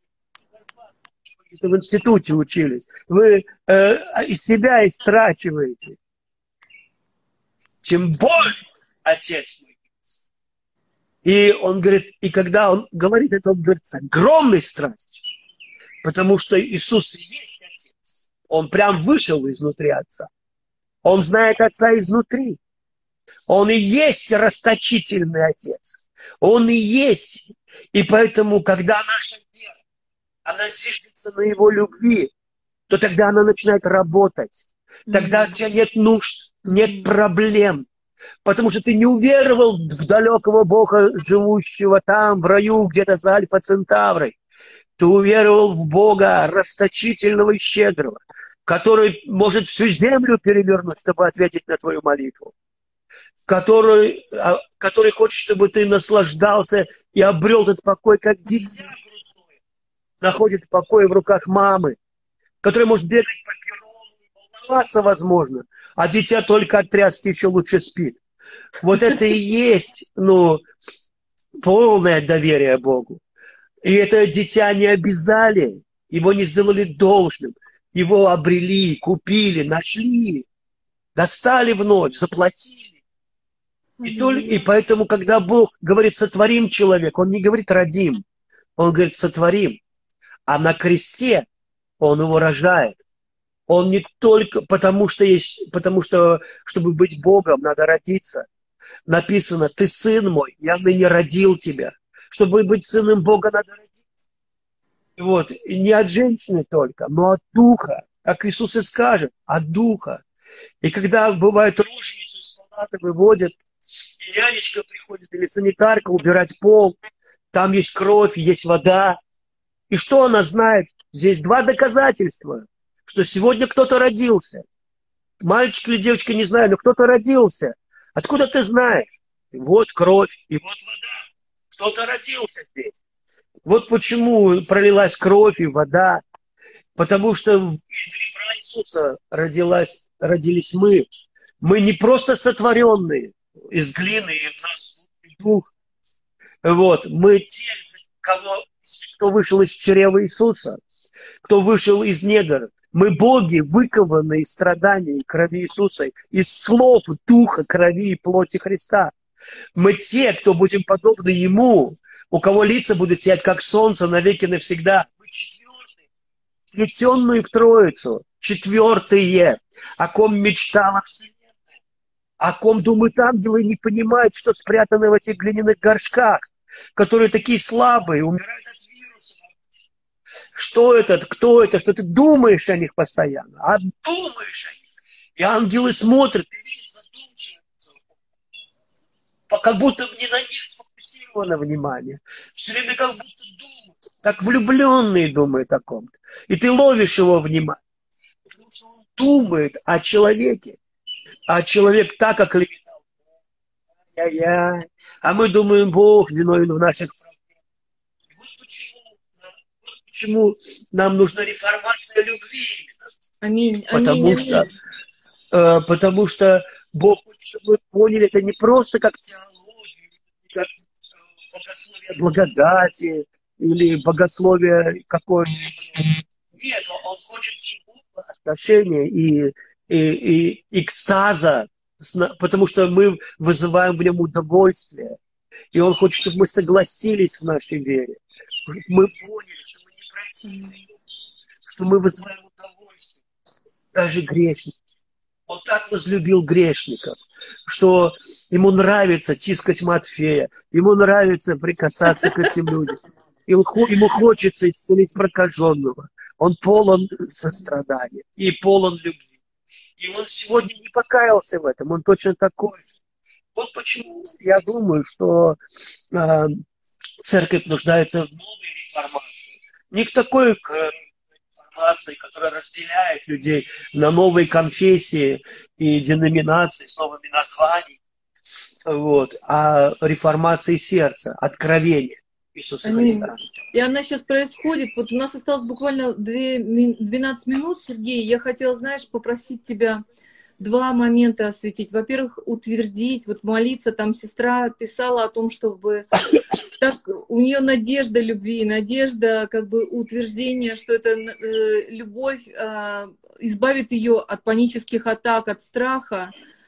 В институте учились. Вы из себя истрачиваете. Тем более Отец мой. И Он говорит, и когда Он говорит это, Он говорит с огромной страстью. Потому что Иисус и есть Отец. Он прям вышел изнутри Отца. Он знает Отца изнутри. Он и есть расточительный Отец. Он и есть. И поэтому, когда наша вера, она зиждется на Его любви, то тогда она начинает работать. Тогда у тебя нет нужд, нет проблем. Потому что ты не уверовал в далекого Бога, живущего там, в раю, где-то за Альфа-Центаврой. Ты уверовал в Бога расточительного и щедрого, который может всю землю перевернуть, чтобы ответить на твою молитву. Который хочет, чтобы ты наслаждался и обрел этот покой, как дитя находит покой в руках мамы, который может бегать по перрону, волноваться возможно, а дитя только от тряски еще лучше спит. Вот это и есть, полное доверие Богу. И это дитя не обязали, его не сделали должным. его обрели, купили, нашли, достали вновь, заплатили. И поэтому, когда Бог говорит «сотворим человека», Он не говорит «родим», Он говорит «сотворим». А на кресте Он его рожает. Он не только потому что, чтобы быть Богом, надо родиться. Написано: «Ты сын мой, я ныне родил тебя». Чтобы быть сыном Бога, надо родиться. Вот. И не от женщины только, но от духа. Как Иисус и скажет, от духа. И когда бывает роженицу, солдаты выводят, и нянечка приходит, или санитарка убирать пол, там есть кровь, есть вода. И что она знает? Здесь два доказательства, что сегодня кто-то родился. Мальчик или девочка, не знаю, но кто-то родился. Откуда ты знаешь? И вот кровь, и вот вода. Кто-то родился здесь. Вот почему пролилась кровь и вода. Потому что из ребра Иисуса родились мы. Мы не просто сотворенные из глины, и в нас дух. Вот. Мы те, кто вышел из чрева Иисуса, кто вышел из недр. Мы боги, выкованные из страданий крови Иисуса, из слов, духа, крови и плоти Христа. Мы те, кто будем подобны Ему, у кого лица будут сиять, как солнце, навеки навсегда. Мы четвертые, сплетенные в Троицу, четвертые, о ком мечтала Вселенная, о ком думают ангелы и не понимают, что спрятано в этих глиняных горшках, которые такие слабые, умирают от вируса. Что это, кто это, что ты думаешь о них постоянно, а думаешь о них. И ангелы смотрят, и видят задумчиво, как будто не на них сфокусировано внимание. Все время как будто думают, как влюбленные думают о ком-то. И ты ловишь его внимание. Потому что он думает о человеке. А человек так оклеветал. А мы думаем, Бог виновен в наших проблемах. Почему нам нужна реформация любви. Аминь, Потому что Бог хочет, чтобы мы поняли, это не просто как теология, как богословие благодати или богословие какое-то. Нет, Он хочет живого отношения и экстаза, потому что мы вызываем в нем удовольствие. И Он хочет, чтобы мы согласились в нашей вере. Мы поняли, что мы не противны, что мы вызываем удовольствие. Даже грешники. Он так возлюбил грешников, что ему нравится тискать Матфея, ему нравится прикасаться к этим людям. Ему хочется исцелить прокаженного. Он полон сострадания и полон любви. И он сегодня не покаялся в этом, он точно такой же. Вот почему я думаю, что церковь нуждается в новой реформации. Не в такой реформации, которая разделяет людей на новые конфессии и деноминации с новыми названиями, вот, а реформации сердца, откровения Иисуса Христа. И она сейчас происходит. Вот у нас осталось буквально 12 минут, Сергей. Я хотела, знаешь, попросить тебя два момента осветить. Во-первых, утвердить, вот молиться. Там сестра писала о том, чтобы так, у нее надежда любви, надежда как бы утверждения, что это любовь избавит ее от панических атак, от страха.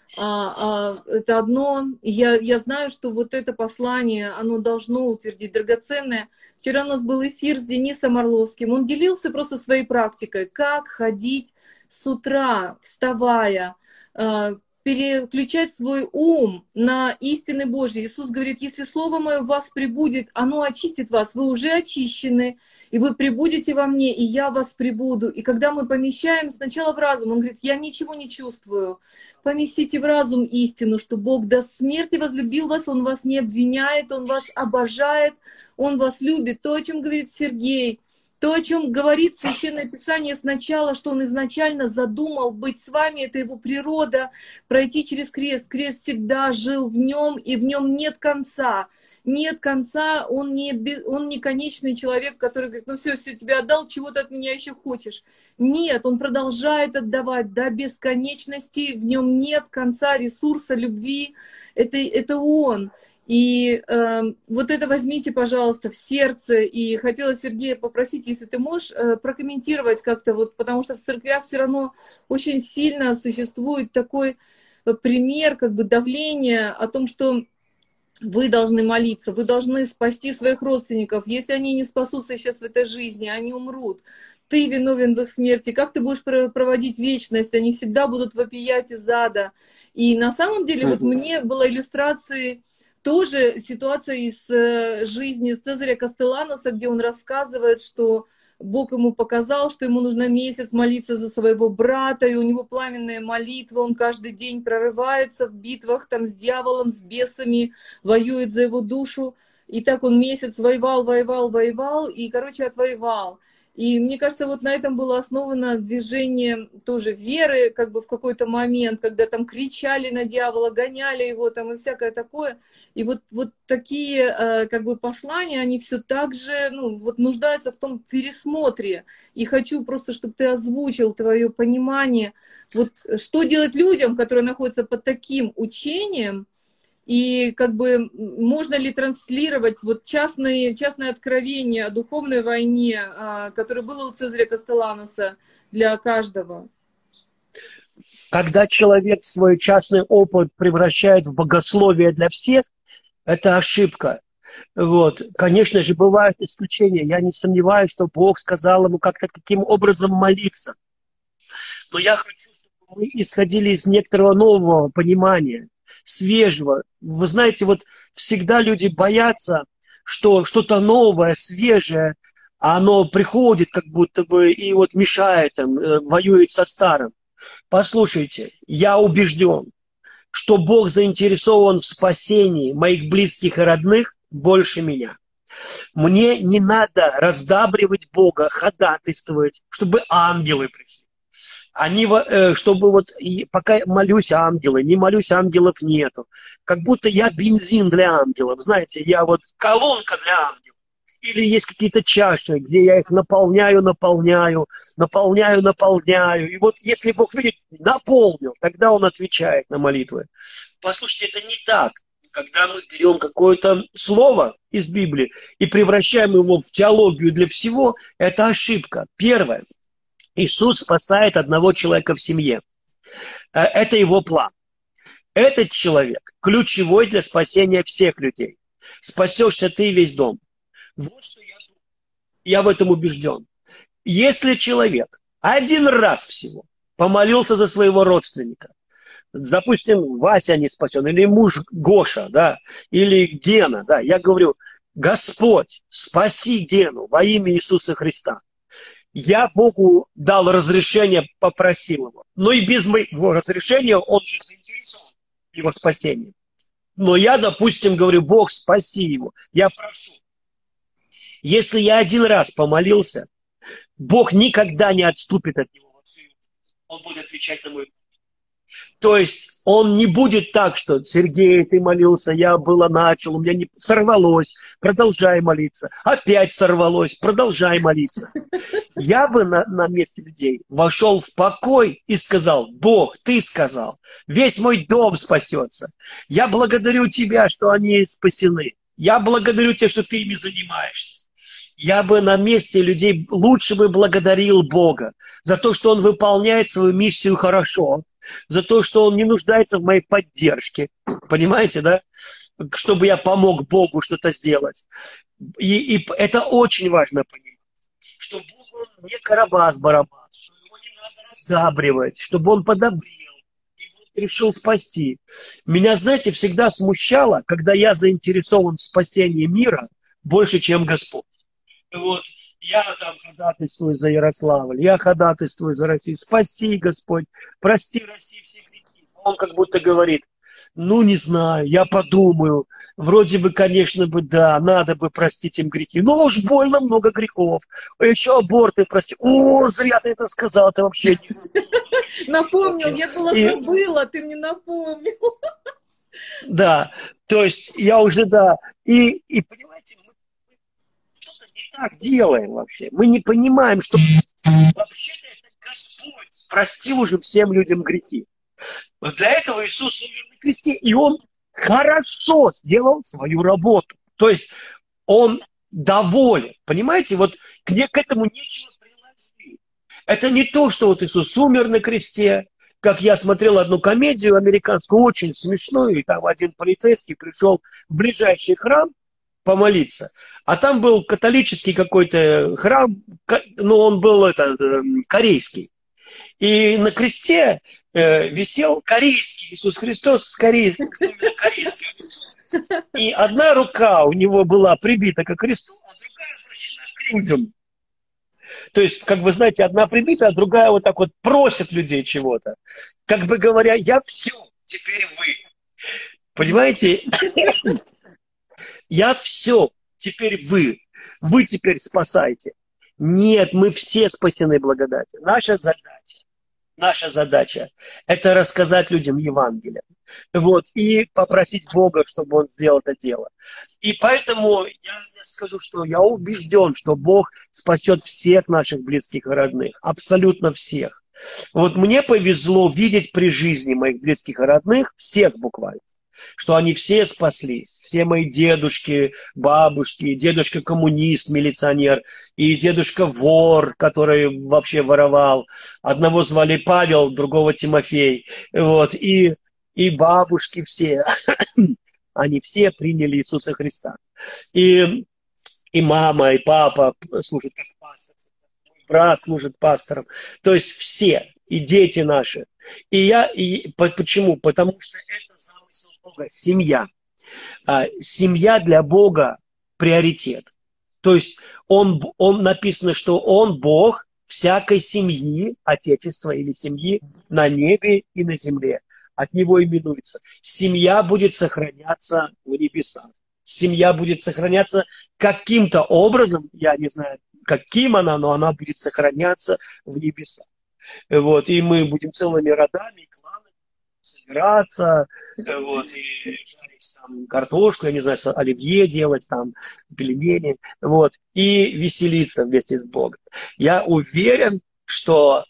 Это одно. Я знаю, что вот это послание, оно должно утвердить, драгоценное. Вчера у нас был эфир с Денисом Орловским. Он делился просто своей практикой, как ходить с утра, вставая, переключать свой ум на истины Божьи. Иисус говорит, если Слово Мое в вас пребудет, оно очистит вас, вы уже очищены, и вы пребудете во мне, и я вас пребуду. И когда мы помещаем сначала в разум, Он говорит, я ничего не чувствую. Поместите в разум истину, что Бог до смерти возлюбил вас, Он вас не обвиняет, Он вас обожает, Он вас любит. То, о чем говорит Сергей, то, о чем говорит Священное Писание сначала, что Он изначально задумал быть с вами, это Его природа, пройти через крест. Крест всегда жил в Нем, и в Нем нет конца. Нет конца, он не конечный человек, который говорит, ну все, тебя отдал, чего ты от меня еще хочешь. Нет, Он продолжает отдавать до бесконечности, в Нем нет конца ресурса любви, это Он. И вот это возьмите, пожалуйста, в сердце. И хотела Сергея попросить, если ты можешь прокомментировать как-то, вот, потому что в церквях все равно очень сильно существует такой пример как бы давления о том, что вы должны молиться, вы должны спасти своих родственников. Если они не спасутся сейчас в этой жизни, они умрут. Ты виновен в их смерти. Как ты будешь проводить вечность? Они всегда будут вопиять из ада. И на самом деле, вот мне была иллюстрацией тоже ситуация из жизни Цезаря Кастелланоса, где он рассказывает, что Бог ему показал, что ему нужно месяц молиться за своего брата, и у него пламенная молитва, он каждый день прорывается в битвах там с дьяволом, с бесами, воюет за его душу. И так он месяц воевал, и, короче, отвоевал. И мне кажется, вот на этом было основано движение тоже веры, как бы в какой-то момент, когда там кричали на дьявола, гоняли его там и всякое такое. И вот такие как бы послания, они все так же ну, вот нуждаются в том пересмотре. И хочу просто, чтобы ты озвучил твое понимание, вот что делать людям, которые находятся под таким учением, и как бы можно ли транслировать вот частное откровение о духовной войне, которое было у Цезаря Кастелланоса для каждого? Когда человек свой частный опыт превращает в богословие для всех, это ошибка. Вот. Конечно же, бывают исключения. Я не сомневаюсь, что Бог сказал ему как-то каким образом молиться. Но я хочу, чтобы мы исходили из некоторого нового понимания, свежего. Вы знаете, вот всегда люди боятся, что что-то новое, свежее, оно приходит как будто бы и вот мешает им, воюет со старым. Послушайте, я убежден, что Бог заинтересован в спасении моих близких и родных больше меня. Мне не надо раздабривать Бога, ходатайствовать, чтобы ангелы пришли. Они, чтобы вот, пока молюсь ангелы, не молюсь, ангелов нету. Как будто я бензин для ангелов, знаете, я вот колонка для ангелов. Или есть какие-то чаши, где я их наполняю. И вот если Бог видит, наполнил, тогда Он отвечает на молитвы. Послушайте, это не так. Когда мы берем какое-то слово из Библии и превращаем его в теологию для всего, это ошибка. Первое. Иисус спасает одного человека в семье. Это его план. Этот человек ключевой для спасения всех людей. Спасешься ты и весь дом. Вот что я думаю. Я в этом убежден. Если человек один раз всего помолился за своего родственника, допустим, Вася не спасен, или муж Гоша, да, или Гена, да, я говорю, Господь, спаси Гену во имя Иисуса Христа. Я Богу дал разрешение, попросил его. Но и без моего разрешения он же заинтересован в его спасении. Но я, допустим, говорю, Бог, спаси его. Я прошу. Если я один раз помолился, Бог никогда не отступит от него. Он будет отвечать на мой. То есть он не будет так, что Сергей, ты молился, я было начал, у меня не сорвалось, продолжай молиться. Опять сорвалось, продолжай молиться. Я бы на месте людей вошел в покой и сказал, Бог, ты сказал, весь мой дом спасется. Я благодарю тебя, что они спасены. Я благодарю тебя, что ты ими занимаешься. Я бы на месте людей лучше бы благодарил Бога за то, что Он выполняет свою миссию хорошо, за то, что Он не нуждается в моей поддержке. Понимаете, да? Чтобы я помог Богу что-то сделать. И это очень важно понимать. Что Бог, Он не карабас-барабас, что его не надо раздабривать, чтобы Он подобрел и вот решил спасти. Меня, знаете, всегда смущало, когда я заинтересован в спасении мира больше, чем Господь. Вот, я там ходатайствую за Ярославль, я ходатайствую за Россию. Спаси, Господь, прости России все грехи. Он как будто говорит, ну, не знаю, я подумаю. Вроде бы, конечно бы, да, надо бы простить им грехи. Но уж больно много грехов. Еще аборты прости. О, зря ты это сказал, ты вообще не... Напомнил, я была забыла, ты мне напомнил. Да, то есть я уже, да. И понимаете, так делаем вообще. Мы не понимаем, что вообще-то это Господь простил уже всем людям грехи. Вот для этого Иисус умер на кресте, и Он хорошо сделал свою работу. То есть он доволен. Понимаете, вот к этому нечего приложить. Это не то, что вот Иисус умер на кресте, как я смотрел одну комедию американскую, очень смешную, и там один полицейский пришел в ближайший храм помолиться, а там был католический какой-то храм, но он был корейский. И на кресте висел корейский Иисус Христос с корейским. И одна рука у него была прибита к кресту, а другая обращена к людям. То есть, как вы знаете, одна прибита, а другая вот так вот просит людей чего-то. Как бы говоря, я все, теперь вы. Понимаете? Я все, теперь вы. Вы теперь спасайте. Нет, мы все спасены благодатью. Наша задача – это рассказать людям Евангелие. Вот, и попросить Бога, чтобы Он сделал это дело. И поэтому я скажу, что я убежден, что Бог спасет всех наших близких и родных. Абсолютно всех. Вот мне повезло видеть при жизни моих близких и родных, всех буквально, что они все спаслись. Все мои дедушки, бабушки, дедушка коммунист, милиционер, и дедушка вор, который вообще воровал. Одного звали Павел, другого Тимофей. Вот, и бабушки все, они все приняли Иисуса Христа. И мама, и папа служат как пастор, брат служит пастором. То есть все, и дети наши. Почему? Потому что это замысел Бога, семья. Семья для Бога приоритет. То есть он написано, что Он Бог всякой семьи, отечества или семьи на небе и на земле. От Него именуется. Семья будет сохраняться в небесах. Семья будет сохраняться каким-то образом, я не знаю, каким она, но она будет сохраняться в небесах. Вот, и мы будем целыми родами, кланами собираться, вот, и жарить там картошку, я не знаю, оливье делать, там, пельмени, вот, и веселиться вместе с Богом. Я уверен, что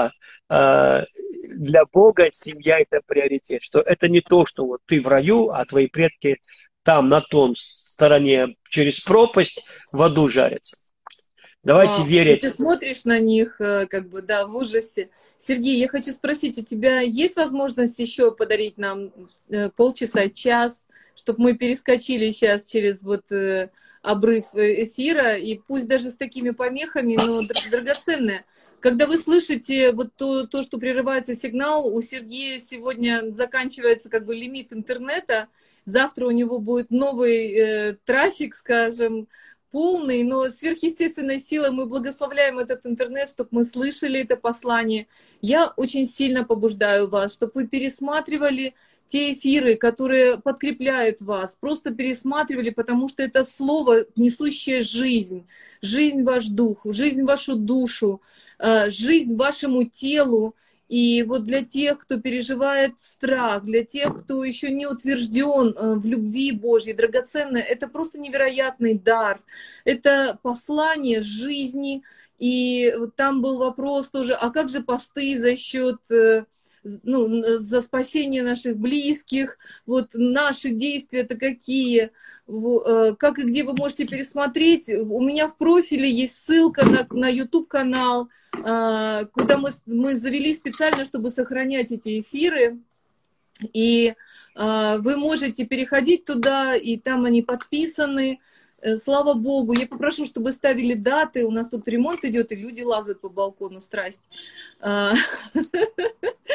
для Бога семья – это приоритет, что это не то, что вот ты в раю, а твои предки там, на том стороне, через пропасть в аду жарятся. Давайте верить. Ты смотришь на них, как бы, да, в ужасе. Сергей, я хочу спросить, у тебя есть возможность еще подарить нам полчаса, час, чтобы мы перескочили сейчас через вот обрыв эфира, и пусть даже с такими помехами, но драгоценное. Когда вы слышите вот то, что прерывается сигнал, у Сергея сегодня заканчивается как бы лимит интернета, завтра у него будет новый трафик, скажем, полный, но сверхъестественной силой мы благословляем этот интернет, чтобы мы слышали это послание. Я очень сильно побуждаю вас, чтобы вы пересматривали те эфиры, которые подкрепляют вас, просто пересматривали, потому что это слово, несущее жизнь, жизнь в ваш дух, жизнь в вашу душу, жизнь вашему телу. И вот для тех, кто переживает страх, для тех, кто еще не утвержден в любви Божьей, драгоценное, это просто невероятный дар. Это послание жизни. И там был вопрос тоже, а как же посты за счет, за спасение наших близких, вот наши действия-то какие? Как и где вы можете пересмотреть. У меня в профиле есть ссылка на YouTube-канал, куда мы завели специально, чтобы сохранять эти эфиры. И вы можете переходить туда, и там они подписаны. Слава Богу. Я попрошу, чтобы ставили даты. У нас тут ремонт идет, и люди лазают по балкону. Страсть.